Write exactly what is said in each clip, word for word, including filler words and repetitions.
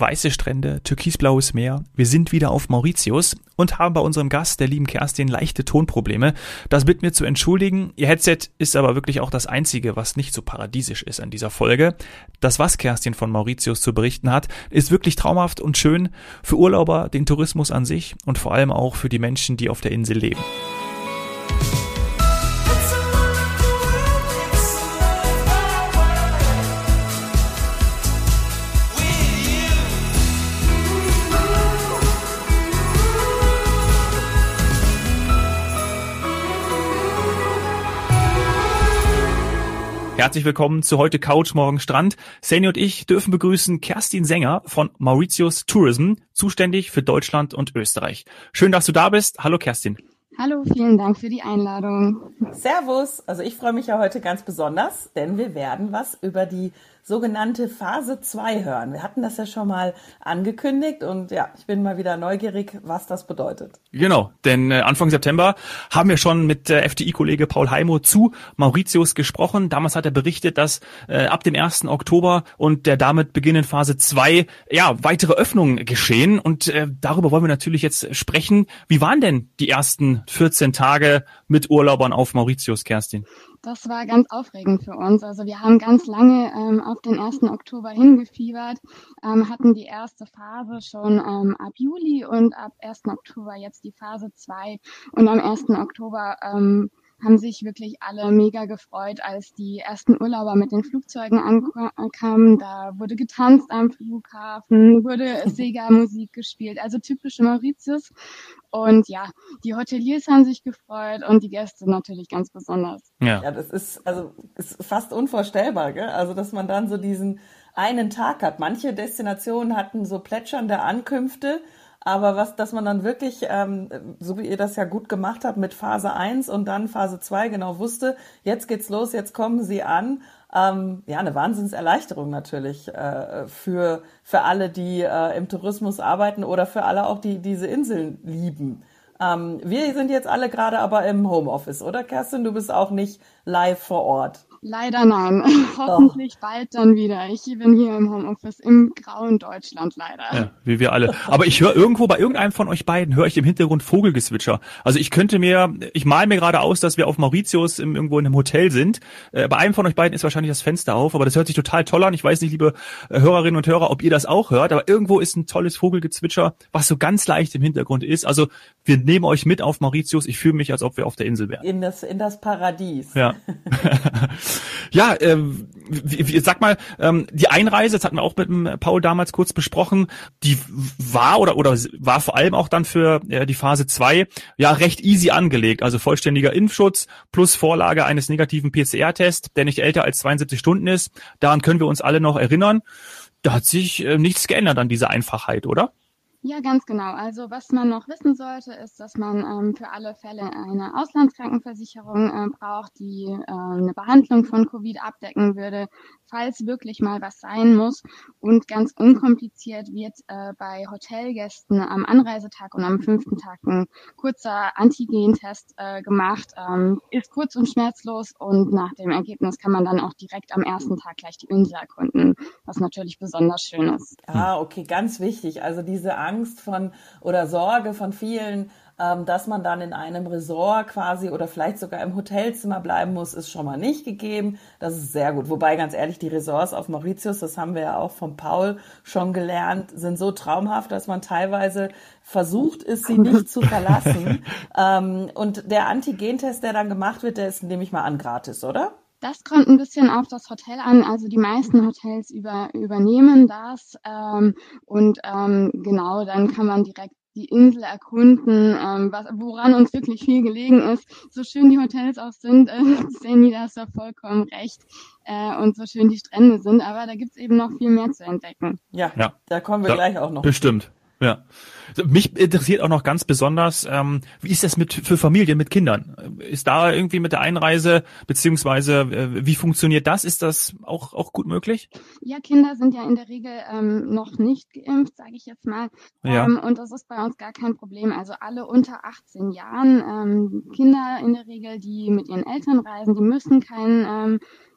weiße Strände, türkisblaues Meer. Wir sind wieder auf Mauritius und haben bei unserem Gast, der lieben Kerstin, leichte Tonprobleme. Das bitte mir zu entschuldigen. Ihr Headset ist aber wirklich auch das Einzige, was nicht so paradiesisch ist an dieser Folge. Das, was Kerstin von Mauritius zu berichten hat, ist wirklich traumhaft und schön für Urlauber, den Tourismus an sich und vor allem auch für die Menschen, die auf der Insel leben. Herzlich willkommen zu heute Couch, morgen Strand. Seni und ich dürfen begrüßen Kerstin Sänger von Mauritius Tourism, zuständig für Deutschland und Österreich. Schön, dass du da bist. Hallo Kerstin. Hallo, vielen Dank für die Einladung. Servus, also ich freue mich ja heute ganz besonders, denn wir werden was über die sogenannte Phase zwei hören. Wir hatten das ja schon mal angekündigt und ja, ich bin mal wieder neugierig, was das bedeutet. Genau, denn äh, Anfang September haben wir schon mit äh, F D I-Kollege Paul Heimo zu Mauritius gesprochen. Damals hat er berichtet, dass äh, ab dem ersten Oktober und der damit beginnenden Phase zwei ja weitere Öffnungen geschehen und äh, darüber wollen wir natürlich jetzt sprechen. Wie waren denn die ersten vierzehn Tage mit Urlaubern auf Mauritius, Kerstin? Das war ganz aufregend für uns. Also wir haben ganz lange ähm, auf den ersten Oktober hingefiebert, ähm, hatten die erste Phase schon ähm, ab Juli und ab ersten Oktober jetzt die Phase zwei. Und am ersten Oktober ähm, haben sich wirklich alle mega gefreut, als die ersten Urlauber mit den Flugzeugen ankamen. Da wurde getanzt am Flughafen, wurde Sega-Musik gespielt, also typische Mauritius. Und ja, die Hoteliers haben sich gefreut und die Gäste natürlich ganz besonders. Ja, ja das ist also ist fast unvorstellbar, gell? Also dass man dann so diesen einen Tag hat. Manche Destinationen hatten so plätschernde Ankünfte, aber was, dass man dann wirklich, ähm, so wie ihr das ja gut gemacht habt mit Phase eins und dann Phase zwei genau wusste, jetzt geht's los, jetzt kommen sie an. Ähm, ja, eine Wahnsinnserleichterung natürlich äh, für für alle, die äh, im Tourismus arbeiten oder für alle auch, die diese Inseln lieben. Ähm, wir sind jetzt alle gerade aber im Homeoffice, oder Kerstin? Du bist auch nicht live vor Ort. Leider nein. Hoffentlich oh. bald dann wieder. Ich bin hier im Homeoffice im grauen Deutschland leider. Ja, wie wir alle. Aber ich höre irgendwo bei irgendeinem von euch beiden, höre ich im Hintergrund Vogelgezwitscher. Also ich könnte mir, ich male mir gerade aus, dass wir auf Mauritius im, irgendwo in einem Hotel sind. Äh, bei einem von euch beiden ist wahrscheinlich das Fenster auf, aber das hört sich total toll an. Ich weiß nicht, liebe äh, Hörerinnen und Hörer, ob ihr das auch hört, aber irgendwo ist ein tolles Vogelgezwitscher, was so ganz leicht im Hintergrund ist. Also wir nehmen euch mit auf Mauritius. Ich fühle mich, als ob wir auf der Insel wären. In das, in das Paradies. Ja. Ja, ähm, wie, wie, sag mal, ähm, die Einreise, das hatten wir auch mit dem Paul damals kurz besprochen, die war oder oder war vor allem auch dann für äh, die Phase zwei ja recht easy angelegt, also vollständiger Impfschutz plus Vorlage eines negativen P C R-Tests, der nicht älter als zweiundsiebzig Stunden ist. Daran können wir uns alle noch erinnern. Da hat sich äh, nichts geändert an dieser Einfachheit, oder? Ja, ganz genau. Also was man noch wissen sollte, ist, dass man ähm, für alle Fälle eine Auslandskrankenversicherung äh, braucht, die äh, eine Behandlung von Covid abdecken würde, falls wirklich mal was sein muss. Und ganz unkompliziert wird äh, bei Hotelgästen am Anreisetag und am fünften Tag ein kurzer Antigentest äh, gemacht, ähm, ist kurz und schmerzlos und nach dem Ergebnis kann man dann auch direkt am ersten Tag gleich die Insel erkunden, was natürlich besonders schön ist. Ah, okay, ganz wichtig. Also diese Angst von oder Sorge von vielen, ähm, dass man dann in einem Resort quasi oder vielleicht sogar im Hotelzimmer bleiben muss, ist schon mal nicht gegeben. Das ist sehr gut. Wobei, ganz ehrlich, die Resorts auf Mauritius, das haben wir ja auch von Paul schon gelernt, sind so traumhaft, dass man teilweise versucht ist, sie nicht zu verlassen. ähm, und der Antigentest, der dann gemacht wird, der ist, nehme ich mal an, gratis, oder? Das kommt ein bisschen auf das Hotel an. Also die meisten Hotels über, übernehmen das. Ähm, und ähm, genau, dann kann man direkt die Insel erkunden, ähm, was, woran uns wirklich viel gelegen ist. So schön die Hotels auch sind, äh, Seni, da hast du vollkommen recht. Äh, und so schön die Strände sind. Aber da gibt's eben noch viel mehr zu entdecken. Ja, ja. Da kommen wir ja, gleich auch noch. Bestimmt. Ja. Mich interessiert auch noch ganz besonders, ähm, wie ist das mit für Familien mit Kindern? Ist da irgendwie mit der Einreise, beziehungsweise äh, wie funktioniert das? Ist das auch auch gut möglich? Ja, Kinder sind ja in der Regel ähm, noch nicht geimpft, sage ich jetzt mal. Ja. Ähm, und das ist bei uns gar kein Problem. Also alle unter achtzehn Jahren, ähm, Kinder in der Regel, die mit ihren Eltern reisen, die müssen keinen ähm,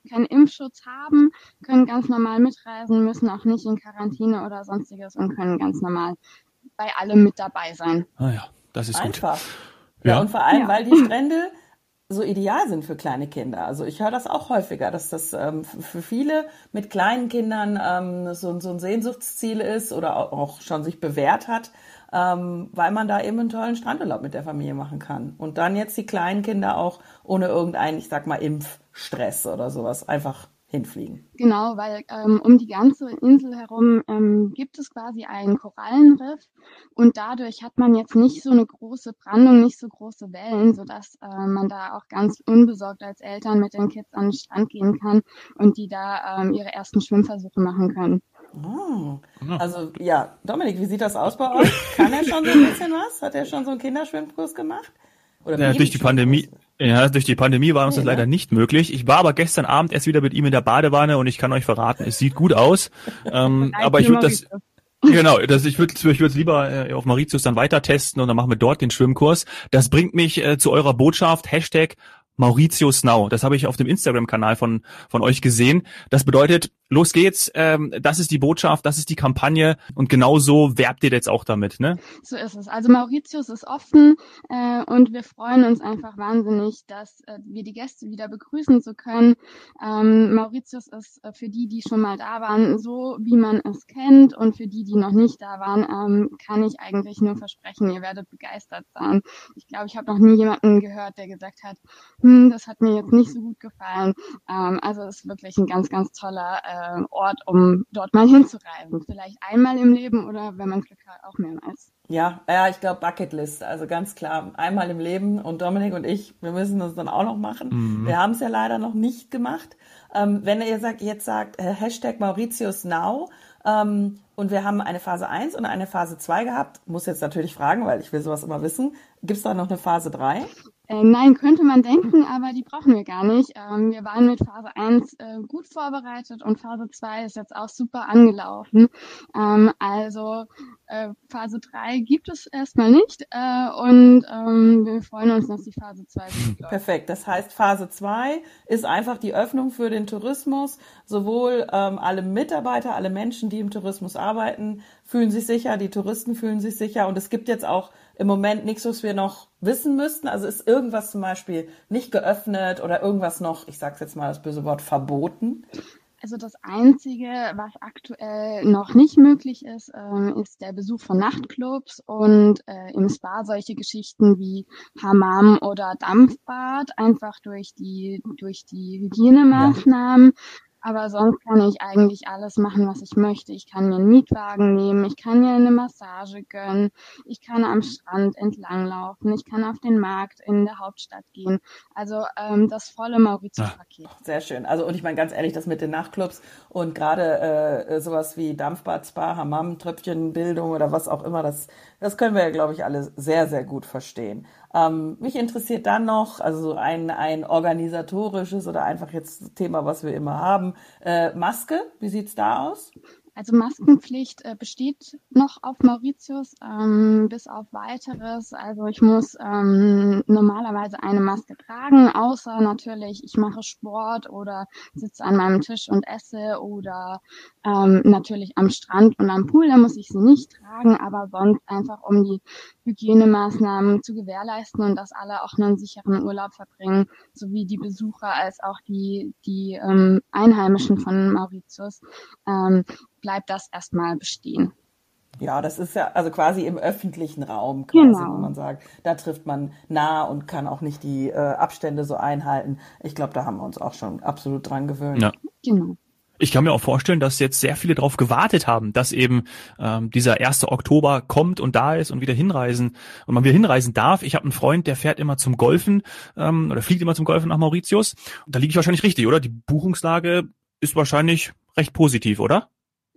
keinen Impfschutz haben, können ganz normal mitreisen, müssen auch nicht in Quarantäne oder sonstiges und können ganz normal bei allem mit dabei sein. Ah ja, das ist gut. Einfach. Ja, Ja. und vor allem, Ja. weil die Strände so ideal sind für kleine Kinder. Also ich höre das auch häufiger, dass das ähm, f- für viele mit kleinen Kindern ähm, so, so ein Sehnsuchtsziel ist oder au- auch schon sich bewährt hat, ähm, weil man da eben einen tollen Strandurlaub mit der Familie machen kann. Und dann jetzt die kleinen Kinder auch ohne irgendeinen, ich sag mal, Impfstress oder sowas einfach hinfliegen. Genau, weil ähm, um die ganze Insel herum ähm, gibt es quasi einen Korallenriff und dadurch hat man jetzt nicht so eine große Brandung, nicht so große Wellen, sodass äh, man da auch ganz unbesorgt als Eltern mit den Kids an den Strand gehen kann und die da ähm, ihre ersten Schwimmversuche machen können. Oh. Ja. Also ja, Dominik, wie sieht das aus bei euch? Kann er schon so ein bisschen was? Hat er schon so einen Kinderschwimmkurs gemacht? Oder Ja, durch die Pandemie, ja, durch die Pandemie war uns Nee, das leider ne? nicht möglich. Ich war aber gestern Abend erst wieder mit ihm in der Badewanne und ich kann euch verraten, es sieht gut aus. Ähm, aber ich würde das, genau, das, ich würde, ich würde es lieber äh, auf Mauritius dann weiter testen und dann machen wir dort den Schwimmkurs. Das bringt mich äh, zu eurer Botschaft, Hashtag Mauritius Now. Das habe ich auf dem Instagram-Kanal von von euch gesehen. Das bedeutet, los geht's. Ähm, das ist die Botschaft, das ist die Kampagne und genau so werbt ihr jetzt auch damit, ne? So ist es. Also Mauritius ist offen äh, und wir freuen uns einfach wahnsinnig, dass äh, wir die Gäste wieder begrüßen zu können. Ähm, Mauritius ist äh, für die, die schon mal da waren, so wie man es kennt und für die, die noch nicht da waren, ähm, kann ich eigentlich nur versprechen, ihr werdet begeistert sein. Ich glaube, ich habe noch nie jemanden gehört, der gesagt hat, hm, das hat mir jetzt nicht so gut gefallen. Ähm, also es ist wirklich ein ganz, ganz toller äh, Ort, um dort mal hinzureisen. Vielleicht einmal im Leben oder wenn man Glück hat, auch mehrmals. Ja, ja, ich glaube Bucketlist, also ganz klar, einmal im Leben und Dominik und ich, wir müssen das dann auch noch machen. Mhm. Wir haben es ja leider noch nicht gemacht. Ähm, wenn ihr sagt, jetzt sagt äh, Hashtag Mauritius Now ähm, und wir haben eine Phase eins und eine Phase zwei gehabt, muss jetzt natürlich fragen, weil ich will sowas immer wissen, gibt es da noch eine Phase drei? Äh, nein, könnte man denken, aber die brauchen wir gar nicht. Ähm, wir waren mit Phase eins äh, gut vorbereitet und Phase zwei ist jetzt auch super angelaufen. Ähm, also äh, Phase drei gibt es erstmal nicht äh, und ähm, wir freuen uns, dass die Phase zwei so gut läuft. Perfekt, das heißt Phase zwei ist einfach die Öffnung für den Tourismus. Sowohl ähm, alle Mitarbeiter, alle Menschen, die im Tourismus arbeiten, fühlen sich sicher, die Touristen fühlen sich sicher und es gibt jetzt auch im Moment nichts, was wir noch wissen müssten. Also ist irgendwas zum Beispiel nicht geöffnet oder irgendwas noch, ich sag's jetzt mal das böse Wort, verboten? Also das Einzige, was aktuell noch nicht möglich ist, ähm, ist der Besuch von Nachtclubs und äh, im Spa solche Geschichten wie Hammam oder Dampfbad, einfach durch die, durch die Hygienemaßnahmen. Aber sonst kann ich eigentlich alles machen, was ich möchte. Ich kann mir einen Mietwagen nehmen, ich kann mir eine Massage gönnen, ich kann am Strand entlanglaufen, ich kann auf den Markt in der Hauptstadt gehen. Also ähm, das volle Mauritius-Paket. Sehr schön. Also und ich meine ganz ehrlich, das mit den Nachtclubs und gerade äh, sowas wie Dampfbad, Spa, Hammam, Tröpfchenbildung oder was auch immer, das, das können wir ja, glaube ich, alle sehr, sehr gut verstehen. Ähm, mich interessiert dann noch, also so ein, ein organisatorisches oder einfach jetzt Thema, was wir immer haben, äh, Maske, wie sieht's da aus? Also Maskenpflicht äh, besteht noch auf Mauritius, ähm, bis auf Weiteres. Also ich muss ähm, normalerweise eine Maske tragen, außer natürlich, ich mache Sport oder sitze an meinem Tisch und esse oder ähm, natürlich am Strand und am Pool, da muss ich sie nicht tragen, aber sonst einfach um die Hygienemaßnahmen zu gewährleisten und dass alle auch einen sicheren Urlaub verbringen, sowie die Besucher als auch die, die ähm, Einheimischen von Mauritius. Ähm, bleibt das erstmal bestehen. Ja, das ist ja also quasi im öffentlichen Raum, quasi, Genau. wo man sagt, da trifft man nah und kann auch nicht die äh, Abstände so einhalten. Ich glaube, da haben wir uns auch schon absolut dran gewöhnt. Ja. Genau. Ich kann mir auch vorstellen, dass jetzt sehr viele darauf gewartet haben, dass eben ähm, dieser erste Oktober kommt und da ist und wieder hinreisen und man wieder hinreisen darf. Ich habe einen Freund, der fährt immer zum Golfen ähm, oder fliegt immer zum Golfen nach Mauritius. Und da liege ich wahrscheinlich richtig, oder? Die Buchungslage ist wahrscheinlich recht positiv, oder?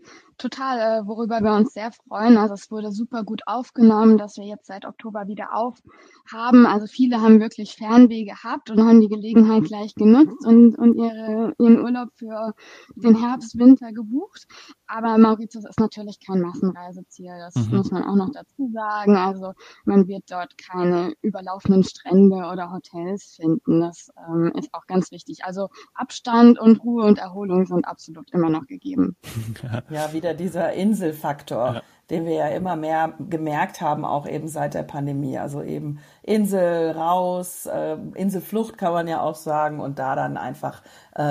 Total, äh, worüber wir uns sehr freuen. Also es wurde super gut aufgenommen, dass wir jetzt seit Oktober wieder auf haben. Also viele haben wirklich Fernweh gehabt und haben die Gelegenheit gleich genutzt und, und ihre, ihren Urlaub für den Herbst, Winter gebucht. aber Mauritius ist natürlich kein Massenreiseziel, das mhm. muss man auch noch dazu sagen. Also man wird dort keine überlaufenden Strände oder Hotels finden. Das ähm, ist auch ganz wichtig. Also Abstand und Ruhe und Erholung sind absolut immer noch gegeben. Ja, wieder dieser Inselfaktor, ja. den wir ja immer mehr gemerkt haben, auch eben seit der Pandemie. Also eben Insel raus, äh, Inselflucht kann man ja auch sagen und da dann einfach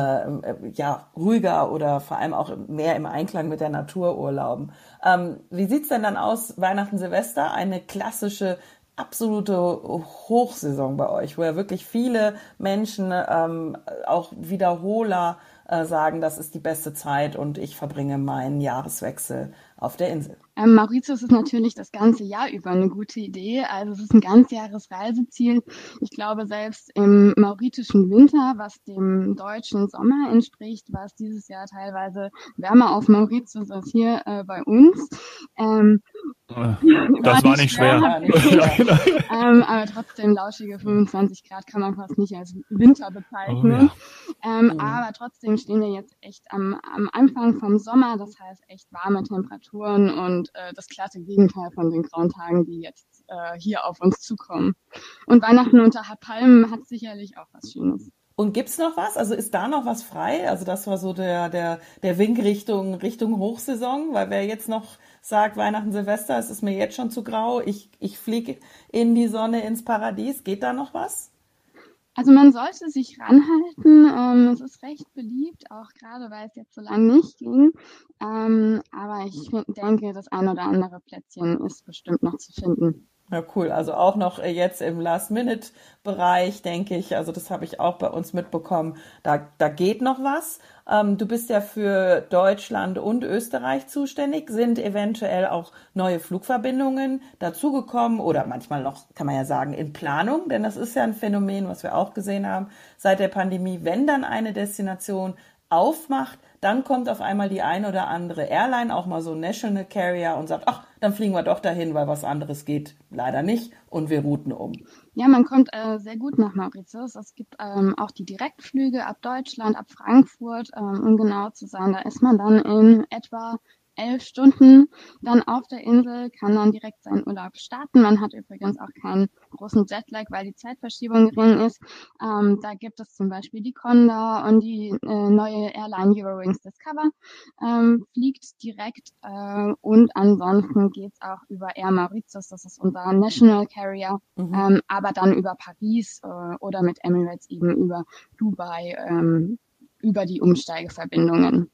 äh, ja ruhiger oder vor allem auch mehr im Einklang mit der Natur urlauben. Ähm, wie sieht's denn dann aus, Weihnachten, Silvester? Eine klassische absolute Hochsaison bei euch, wo ja wirklich viele Menschen, ähm, auch Wiederholer, äh, sagen, das ist die beste Zeit und ich verbringe meinen Jahreswechsel auf der Insel. Ähm, Mauritius ist natürlich das ganze Jahr über eine gute Idee. Also es ist ein ganzjahres Reiseziel. Ich glaube, selbst im mauritischen Winter, was dem deutschen Sommer entspricht, war es dieses Jahr teilweise wärmer auf Mauritius als hier äh, bei uns. Ähm, das war, war nicht schwer. schwer. schwer. ähm, aber trotzdem lauschige fünfundzwanzig Grad kann man fast nicht als Winter bezeichnen. Oh, ja. ähm, mhm. Aber trotzdem stehen wir jetzt echt am, am Anfang vom Sommer. Das heißt echt warme Temperaturen und äh, das glatte Gegenteil von den grauen Tagen, die jetzt äh, hier auf uns zukommen. Und Weihnachten unter Palmen hat sicherlich auch was Schönes. Und gibt's noch was? Also ist da noch was frei? Also das war so der der der Wink Richtung Richtung Hochsaison, weil wer jetzt noch sagt Weihnachten, Silvester, es ist mir jetzt schon zu grau, ich ich fliege in die Sonne ins Paradies, geht da noch was? Also man sollte sich ranhalten. Ähm, es ist recht beliebt, auch gerade weil es jetzt so lange nicht ging. Ähm, aber ich denke, das ein oder andere Plätzchen ist bestimmt noch zu finden. Ja, cool. Also auch noch jetzt im Last-Minute-Bereich, denke ich. Also das habe ich auch bei uns mitbekommen. Da, da geht noch was. Ähm, du bist ja für Deutschland und Österreich zuständig. Sind eventuell auch neue Flugverbindungen dazugekommen oder manchmal noch, kann man ja sagen, in Planung? Denn das ist ja ein Phänomen, was wir auch gesehen haben seit der Pandemie. Wenn dann eine Destination aufmacht, dann kommt auf einmal die ein oder andere Airline, auch mal so ein National Carrier und sagt, ach, dann fliegen wir doch dahin, weil was anderes geht leider nicht und wir routen um. Ja, man kommt äh, sehr gut nach Mauritius. Es gibt ähm, auch die Direktflüge ab Deutschland, ab Frankfurt, ähm, um genau zu sein. Da ist man dann in etwa elf Stunden dann auf der Insel, kann dann direkt seinen Urlaub starten. Man hat übrigens auch keinen großen Jetlag, weil die Zeitverschiebung gering ist. Ähm, da gibt es zum Beispiel die Condor und die äh, neue Airline Eurowings Discover ähm, fliegt direkt äh, und ansonsten geht's auch über Air Mauritius, das ist unser National Carrier, mhm. ähm, aber dann über Paris äh, oder mit Emirates eben über Dubai, ähm, über die Umsteigeverbindungen.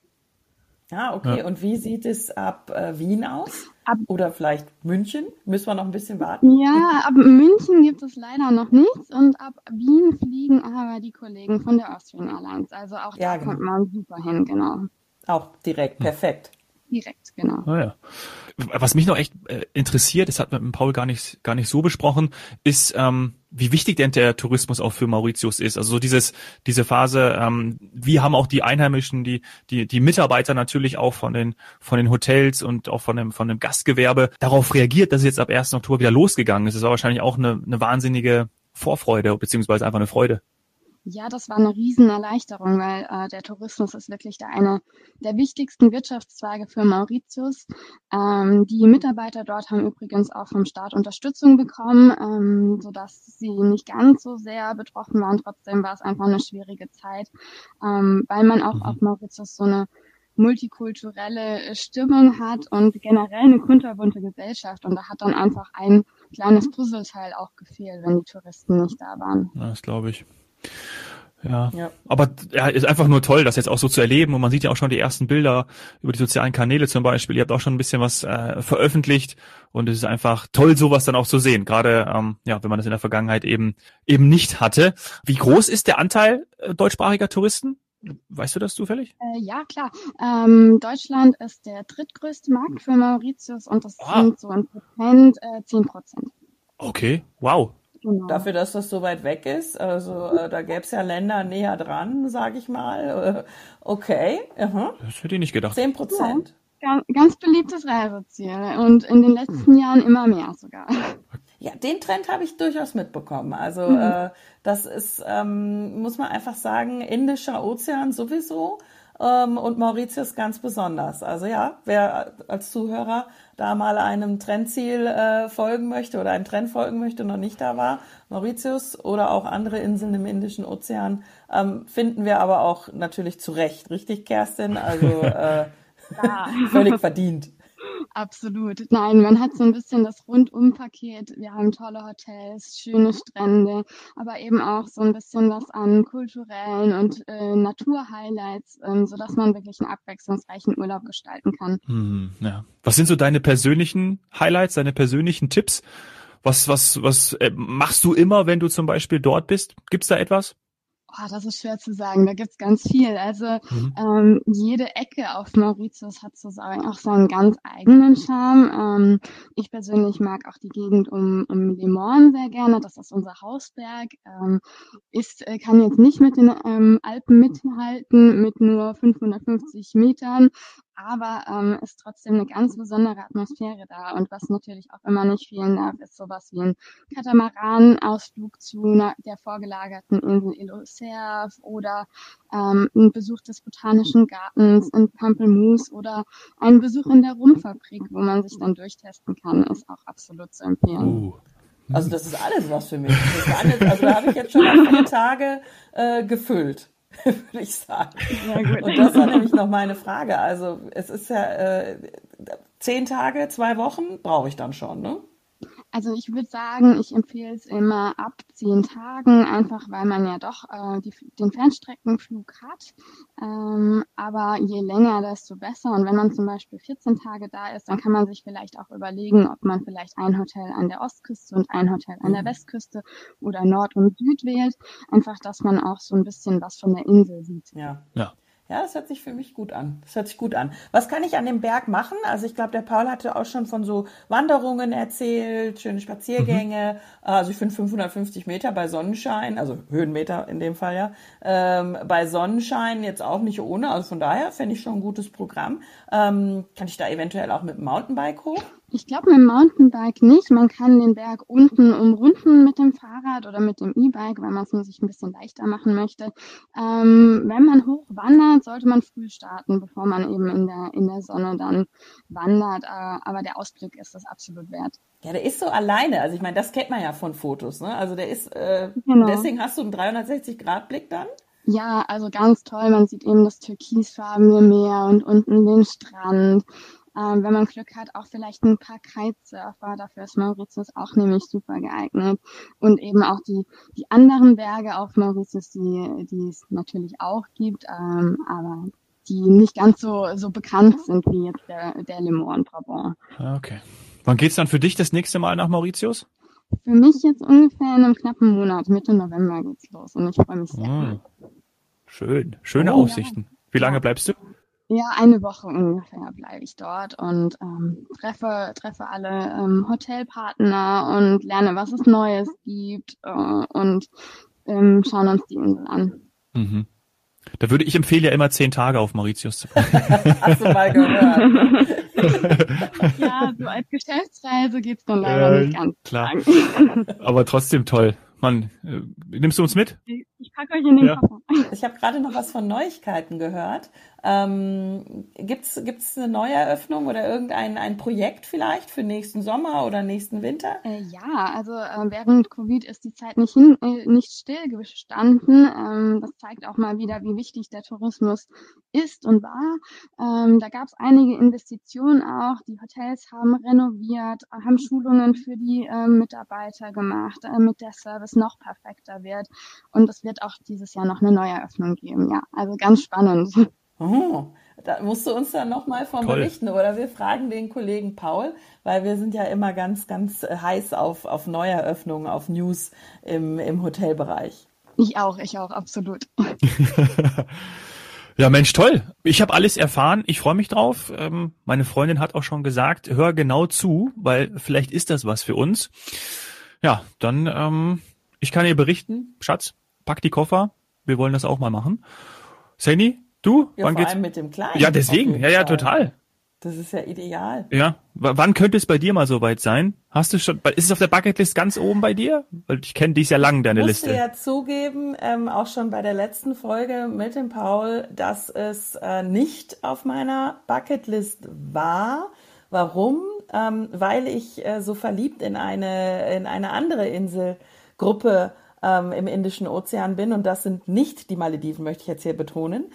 Ah, okay. Ja. Und wie sieht es ab äh, Wien aus? Ab Oder vielleicht München? Müssen wir noch ein bisschen warten? Ja, ab München gibt es leider noch nichts und ab Wien fliegen aber die Kollegen von der Austrian Airlines. Also auch ja, da genau. kommt man super hin, genau. Auch direkt, perfekt. Direkt, genau. Ah, ja. Was mich noch echt äh, interessiert, das hat man mit Paul gar nicht gar nicht so besprochen, ist ähm, wie wichtig denn der Tourismus auch für Mauritius ist. Also so dieses diese Phase, ähm, wie haben auch die Einheimischen, die die die Mitarbeiter natürlich auch von den von den Hotels und auch von dem von dem Gastgewerbe darauf reagiert, dass es jetzt ab ersten Oktober wieder losgegangen ist. Das war wahrscheinlich auch eine eine wahnsinnige Vorfreude beziehungsweise einfach eine Freude. Ja, das war eine Riesenerleichterung, weil äh, der Tourismus ist wirklich der eine der wichtigsten Wirtschaftszweige für Mauritius. Ähm, die Mitarbeiter dort haben übrigens auch vom Staat Unterstützung bekommen, ähm, sodass sie nicht ganz so sehr betroffen waren. Trotzdem war es einfach eine schwierige Zeit, ähm, weil man auch mhm. auf Mauritius so eine multikulturelle Stimmung hat und generell eine kunterbunte Gesellschaft. Und da hat dann einfach ein kleines Puzzleteil auch gefehlt, wenn die Touristen nicht da waren. Ja, das glaube ich. Ja. ja, aber ja, ist einfach nur toll, das jetzt auch so zu erleben und man sieht ja auch schon die ersten Bilder über die sozialen Kanäle zum Beispiel. Ihr habt auch schon ein bisschen was äh, veröffentlicht und es ist einfach toll, sowas dann auch zu sehen. Gerade ähm, ja, wenn man das in der Vergangenheit eben eben nicht hatte. Wie groß ist der Anteil äh, deutschsprachiger Touristen? Weißt du das zufällig? Äh, ja, klar. Ähm, Deutschland ist der drittgrößte Markt für Mauritius und das ah. sind so ein Prozent, äh, zehn Prozent. Okay, wow. Genau. Dafür, dass das so weit weg ist, also äh, da gäbe es ja Länder näher dran, sage ich mal. Äh, okay, aha. Das hätte ich nicht gedacht. zehn Prozent. Ja, ganz beliebtes Reiseziel und in den letzten Jahren immer mehr sogar. Ja, den Trend habe ich durchaus mitbekommen. Also mhm. äh, das ist, ähm, muss man einfach sagen, Indischer Ozean sowieso. ähm, und Mauritius ganz besonders. Also ja, wer als Zuhörer da mal einem Trendziel äh, folgen möchte oder einem Trend folgen möchte und noch nicht da war, Mauritius oder auch andere Inseln im Indischen Ozean, ähm, finden wir aber auch natürlich zurecht. Richtig, Kerstin? Also äh, Ja. völlig verdient. Absolut. Nein, man hat so ein bisschen das Rundum-Paket. Wir haben tolle Hotels, schöne Strände, aber eben auch so ein bisschen was an kulturellen und äh, Naturhighlights, ähm, sodass man wirklich einen abwechslungsreichen Urlaub gestalten kann. Hm, ja. Was sind so deine persönlichen Highlights, deine persönlichen Tipps? Was, was, was äh, machst du immer, wenn du zum Beispiel dort bist? Gibt's da etwas? Oh, das ist schwer zu sagen. Da gibt's ganz viel. Also Mhm. ähm, jede Ecke auf Mauritius hat sozusagen auch seinen ganz eigenen Charme. Ähm, ich persönlich mag auch die Gegend um, um Le Morne sehr gerne. Das ist unser Hausberg. Ähm, ist, äh, kann jetzt nicht mit den ähm, Alpen mithalten, mit nur fünfhundertfünfzig Metern. Aber ähm, ist trotzdem eine ganz besondere Atmosphäre da. Und was natürlich auch immer nicht fehlen darf, ist sowas wie ein Katamaran-Ausflug zu einer, der vorgelagerten Insel Ilocos oder ähm, ein Besuch des Botanischen Gartens in Pampelmus oder ein Besuch in der Rumfabrik, wo man sich dann durchtesten kann, ist auch absolut zu empfehlen. Uh. Also das ist alles was für mich. Das war alles, also da habe ich jetzt schon auch vier Tage äh, gefüllt, würde ich sagen. Sehr gut. Und das war nämlich noch meine Frage. Also es ist ja äh, zehn Tage, zwei Wochen brauche ich dann schon, ne? Also ich würde sagen, ich empfehle es immer ab zehn Tagen, einfach weil man ja doch äh, die, den Fernstreckenflug hat. Ähm, aber je länger, desto besser. Und wenn man zum Beispiel vierzehn Tage da ist, dann kann man sich vielleicht auch überlegen, ob man vielleicht ein Hotel an der Ostküste und ein Hotel an der Westküste oder Nord und Süd wählt. Einfach, dass man auch so ein bisschen was von der Insel sieht. Ja. Ja. Ja, das hört sich für mich gut an. Das hört sich gut an. Was kann ich an dem Berg machen? Also ich glaube, der Paul hatte auch schon von so Wanderungen erzählt, schöne Spaziergänge. Mhm. Also ich finde fünfhundertfünfzig Meter bei Sonnenschein, also Höhenmeter in dem Fall ja, ähm, bei Sonnenschein jetzt auch nicht ohne. Also von daher fände ich schon ein gutes Programm. Ähm, kann ich da eventuell auch mit dem Mountainbike hoch? Ich glaube mit dem Mountainbike nicht. Man kann den Berg unten umrunden mit dem Fahrrad oder mit dem E-Bike, weil man es sich ein bisschen leichter machen möchte. Ähm, wenn man hoch wandert, sollte man früh starten, bevor man eben in der, in der Sonne dann wandert. Äh, aber der Ausblick ist das absolut wert. Ja, der ist so alleine. Also ich meine, das kennt man ja von Fotos, ne? Also der ist, äh, Genau. Deswegen hast du einen dreihundertsechzig-Grad-Blick dann? Ja, also ganz toll. Man sieht eben das türkisfarbene Meer und unten den Strand. Ähm, wenn man Glück hat, auch vielleicht ein paar Kitesurfer. Dafür ist Mauritius auch nämlich super geeignet. Und eben auch die, die anderen Berge auf Mauritius, die, die es natürlich auch gibt, ähm, aber die nicht ganz so, so bekannt sind wie jetzt der, der Le Morne Brabant. Okay. Wann geht's dann für dich das nächste Mal nach Mauritius? Für mich jetzt ungefähr in einem knappen Monat, Mitte November geht's los und ich freue mich sehr. Oh. Schön. Schöne Oh, Aussichten. Wie lange bleibst du? Ja, eine Woche ungefähr bleibe ich dort und ähm, treffe, treffe alle ähm, Hotelpartner und lerne, was es Neues gibt äh, und ähm, schauen uns die Insel an. Mhm. Da würde ich empfehlen, ja immer zehn Tage auf Mauritius zu bleiben. Hast du mal gehört? Ja, so als Geschäftsreise geht's dann leider Äh, nicht ganz. klar. lang. Aber trotzdem toll. Mann, äh, nimmst du uns mit? Ich packe euch in den Ja. Koffer. Ich habe gerade noch was von Neuigkeiten gehört. Ähm, gibt's gibt's eine Neueröffnung oder irgendein ein Projekt vielleicht für nächsten Sommer oder nächsten Winter? Äh, ja, also äh, während Covid ist die Zeit nicht hin, äh, nicht stillgestanden. Ähm, das zeigt auch mal wieder, wie wichtig der Tourismus ist und war. Ähm, da gab es einige Investitionen auch. Die Hotels haben renoviert, haben Schulungen für die ähm, Mitarbeiter gemacht, damit der Service noch perfekter wird. Und es wird auch dieses Jahr noch eine Neueröffnung geben. Ja, also ganz spannend. Oh, da musst du uns dann nochmal von Toll. berichten oder wir fragen den Kollegen Paul, weil wir sind ja immer ganz, ganz heiß auf, auf Neueröffnungen, auf News im, im Hotelbereich. Ich auch, ich auch, absolut. Ja, Mensch, toll. Ich habe alles erfahren. Ich freue mich drauf. Ähm, meine Freundin hat auch schon gesagt, hör genau zu, weil vielleicht ist das was für uns. Ja, dann, ähm, ich kann ihr berichten. Schatz, pack die Koffer. Wir wollen das auch mal machen. Sani, du? Ja, Wann vor geht's? allem mit dem Kleinen. Ja, auf deswegen. jeden Ja, ja, Fall. total. Das ist ja ideal. Ja, w- wann könnte es bei dir mal soweit sein? Hast du schon, ist es auf der Bucketlist ganz oben bei dir? Weil ich kenne dich ja lang, deine Ich Liste. musste ja zugeben, ähm, auch schon bei der letzten Folge mit dem Paul, dass es äh, nicht auf meiner Bucketlist war. Warum? Ähm, weil ich äh, so verliebt in eine, in eine andere Inselgruppe ähm, im Indischen Ozean bin. Und das sind nicht die Malediven, möchte ich jetzt hier betonen.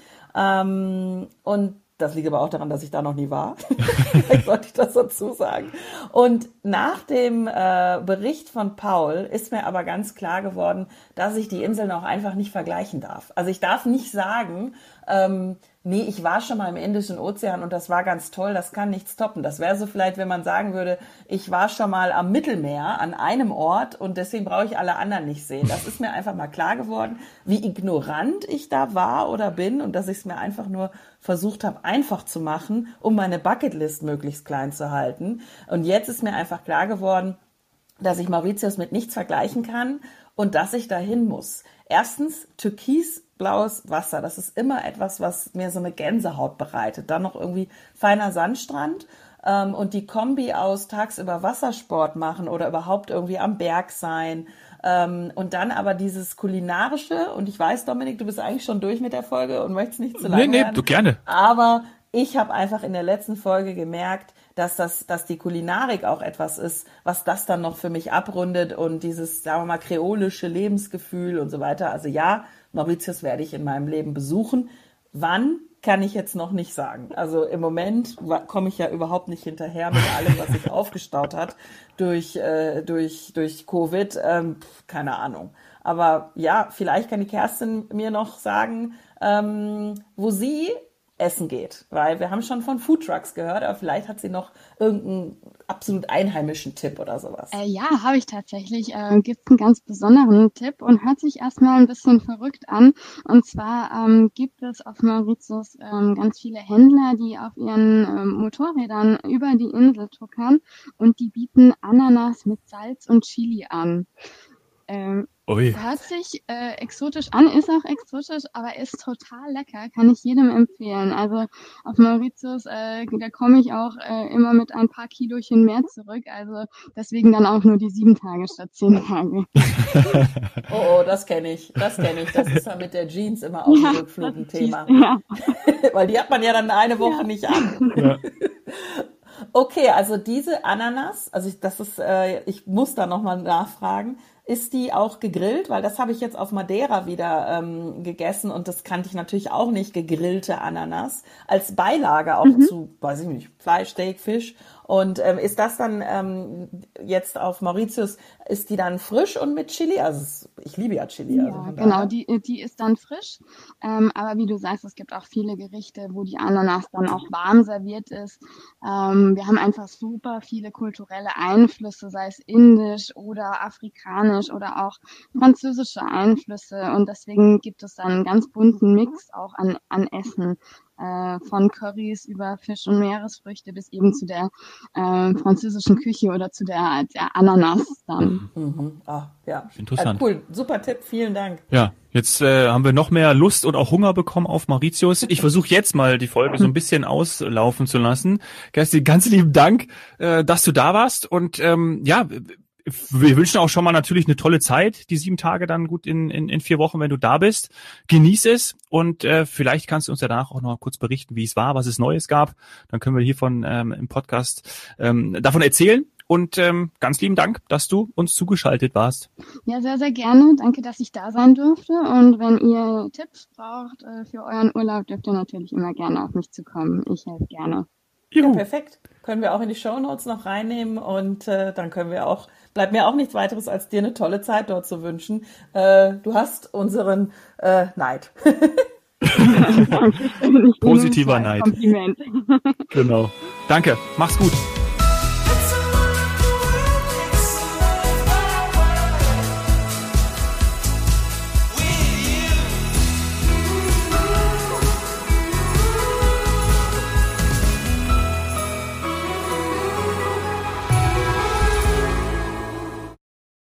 Ähm, und das liegt aber auch daran, dass ich da noch nie war. Vielleicht sollte ich das dazu sagen. Und nach dem äh, Bericht von Paul ist mir aber ganz klar geworden, dass ich die Inseln auch einfach nicht vergleichen darf. Also ich darf nicht sagen, ähm, nee, ich war schon mal im Indischen Ozean und das war ganz toll, das kann nichts toppen. Das wäre so vielleicht, wenn man sagen würde, ich war schon mal am Mittelmeer an einem Ort und deswegen brauche ich alle anderen nicht sehen. Das ist mir einfach mal klar geworden, wie ignorant ich da war oder bin und dass ich es mir einfach nur versucht habe, einfach zu machen, um meine Bucketlist möglichst klein zu halten. Und jetzt ist mir einfach klar geworden, dass ich Mauritius mit nichts vergleichen kann und dass ich dahin muss. Erstens, türkisblaues Wasser. Das ist immer etwas, was mir so eine Gänsehaut bereitet. Dann noch irgendwie feiner Sandstrand ähm, und die Kombi aus tagsüber Wassersport machen oder überhaupt irgendwie am Berg sein. Ähm, und dann aber dieses Kulinarische. Und ich weiß, Dominik, du bist eigentlich schon durch mit der Folge und möchtest nicht zu lange Nee, nee, werden. du gerne. Aber ich habe einfach in der letzten Folge gemerkt, dass das, dass die Kulinarik auch etwas ist, was das dann noch für mich abrundet und dieses, sagen wir mal, kreolische Lebensgefühl und so weiter. Also ja, Mauritius werde ich in meinem Leben besuchen. Wann, kann ich jetzt noch nicht sagen. Also im Moment komme ich ja überhaupt nicht hinterher mit allem, was sich aufgestaut hat durch, äh, durch, durch Covid. Ähm, keine Ahnung. Aber ja, vielleicht kann die Kerstin mir noch sagen, ähm, wo sie essen geht, weil wir haben schon von Foodtrucks gehört, aber vielleicht hat sie noch irgendeinen absolut einheimischen Tipp oder sowas. Äh, ja, habe ich tatsächlich. Äh, gibt einen ganz besonderen Tipp und hört sich erstmal ein bisschen verrückt an. Und zwar ähm, gibt es auf Mauritius ähm, ganz viele Händler, die auf ihren ähm, Motorrädern über die Insel tuckern und die bieten Ananas mit Salz und Chili an. Ähm, Ui. Hört sich äh, exotisch an, ist auch exotisch, aber ist total lecker, kann ich jedem empfehlen. Also auf Mauritius, äh, da komme ich auch äh, immer mit ein paar Kilochen mehr zurück, also deswegen dann auch nur die sieben Tage statt zehn Tage. Oh, oh, das kenne ich, das kenne ich. Das ist ja mit der Jeans immer auch ein Ja, Rückflug ein Thema. Ja. Weil die hat man ja dann eine Woche Ja. nicht an. Ja. Okay, also diese Ananas, also ich, das ist, äh, ich muss da nochmal nachfragen, ist die auch gegrillt? Weil das habe ich jetzt auf Madeira wieder ähm, gegessen und das kannte ich natürlich auch nicht, gegrillte Ananas. Als Beilage auch Mhm. zu, weiß ich nicht, Fleisch, Steak, Fisch. Und ähm, ist das dann ähm, jetzt auf Mauritius, ist die dann frisch und mit Chili? Also es, ich liebe ja Chili. Also Ja, von genau, daher. die, die ist dann frisch. Ähm, aber wie du sagst, es gibt auch viele Gerichte, wo die Ananas dann auch warm serviert ist. Ähm, wir haben einfach super viele kulturelle Einflüsse, sei es indisch oder afrikanisch oder auch französische Einflüsse. Und deswegen gibt es dann einen ganz bunten Mix auch an, an Essen. Äh, von Currys über Fisch und Meeresfrüchte bis eben zu der äh, französischen Küche oder zu der, der Ananas dann. Mhm. Ah, ja. Interessant. Ja, cool, super Tipp, vielen Dank. Ja, jetzt äh, haben wir noch mehr Lust und auch Hunger bekommen auf Mauritius. Ich versuche jetzt mal die Folge so ein bisschen auslaufen zu lassen. Kerstin, ganz lieben Dank, äh, dass du da warst und ähm, ja, wir wünschen auch schon mal natürlich eine tolle Zeit, die sieben Tage dann gut in, in, in vier Wochen, wenn du da bist. Genieß es und äh, vielleicht kannst du uns danach auch noch kurz berichten, wie es war, was es Neues gab. Dann können wir hiervon ähm, im Podcast ähm, davon erzählen. Und ähm, ganz lieben Dank, dass du uns zugeschaltet warst. Ja, sehr, sehr gerne. Danke, dass ich da sein durfte. Und wenn ihr Tipps braucht äh, für euren Urlaub, dürft ihr natürlich immer gerne auf mich zukommen. Ich helfe gerne. Ja, Juhu. perfekt. Können wir auch in die Shownotes noch reinnehmen und äh, dann können wir auch, bleibt mir auch nichts weiteres, als dir eine tolle Zeit dort zu wünschen. Äh, du hast unseren äh, Neid. Danke. Positiver Neid. Kompliment. Genau. Danke. Mach's gut.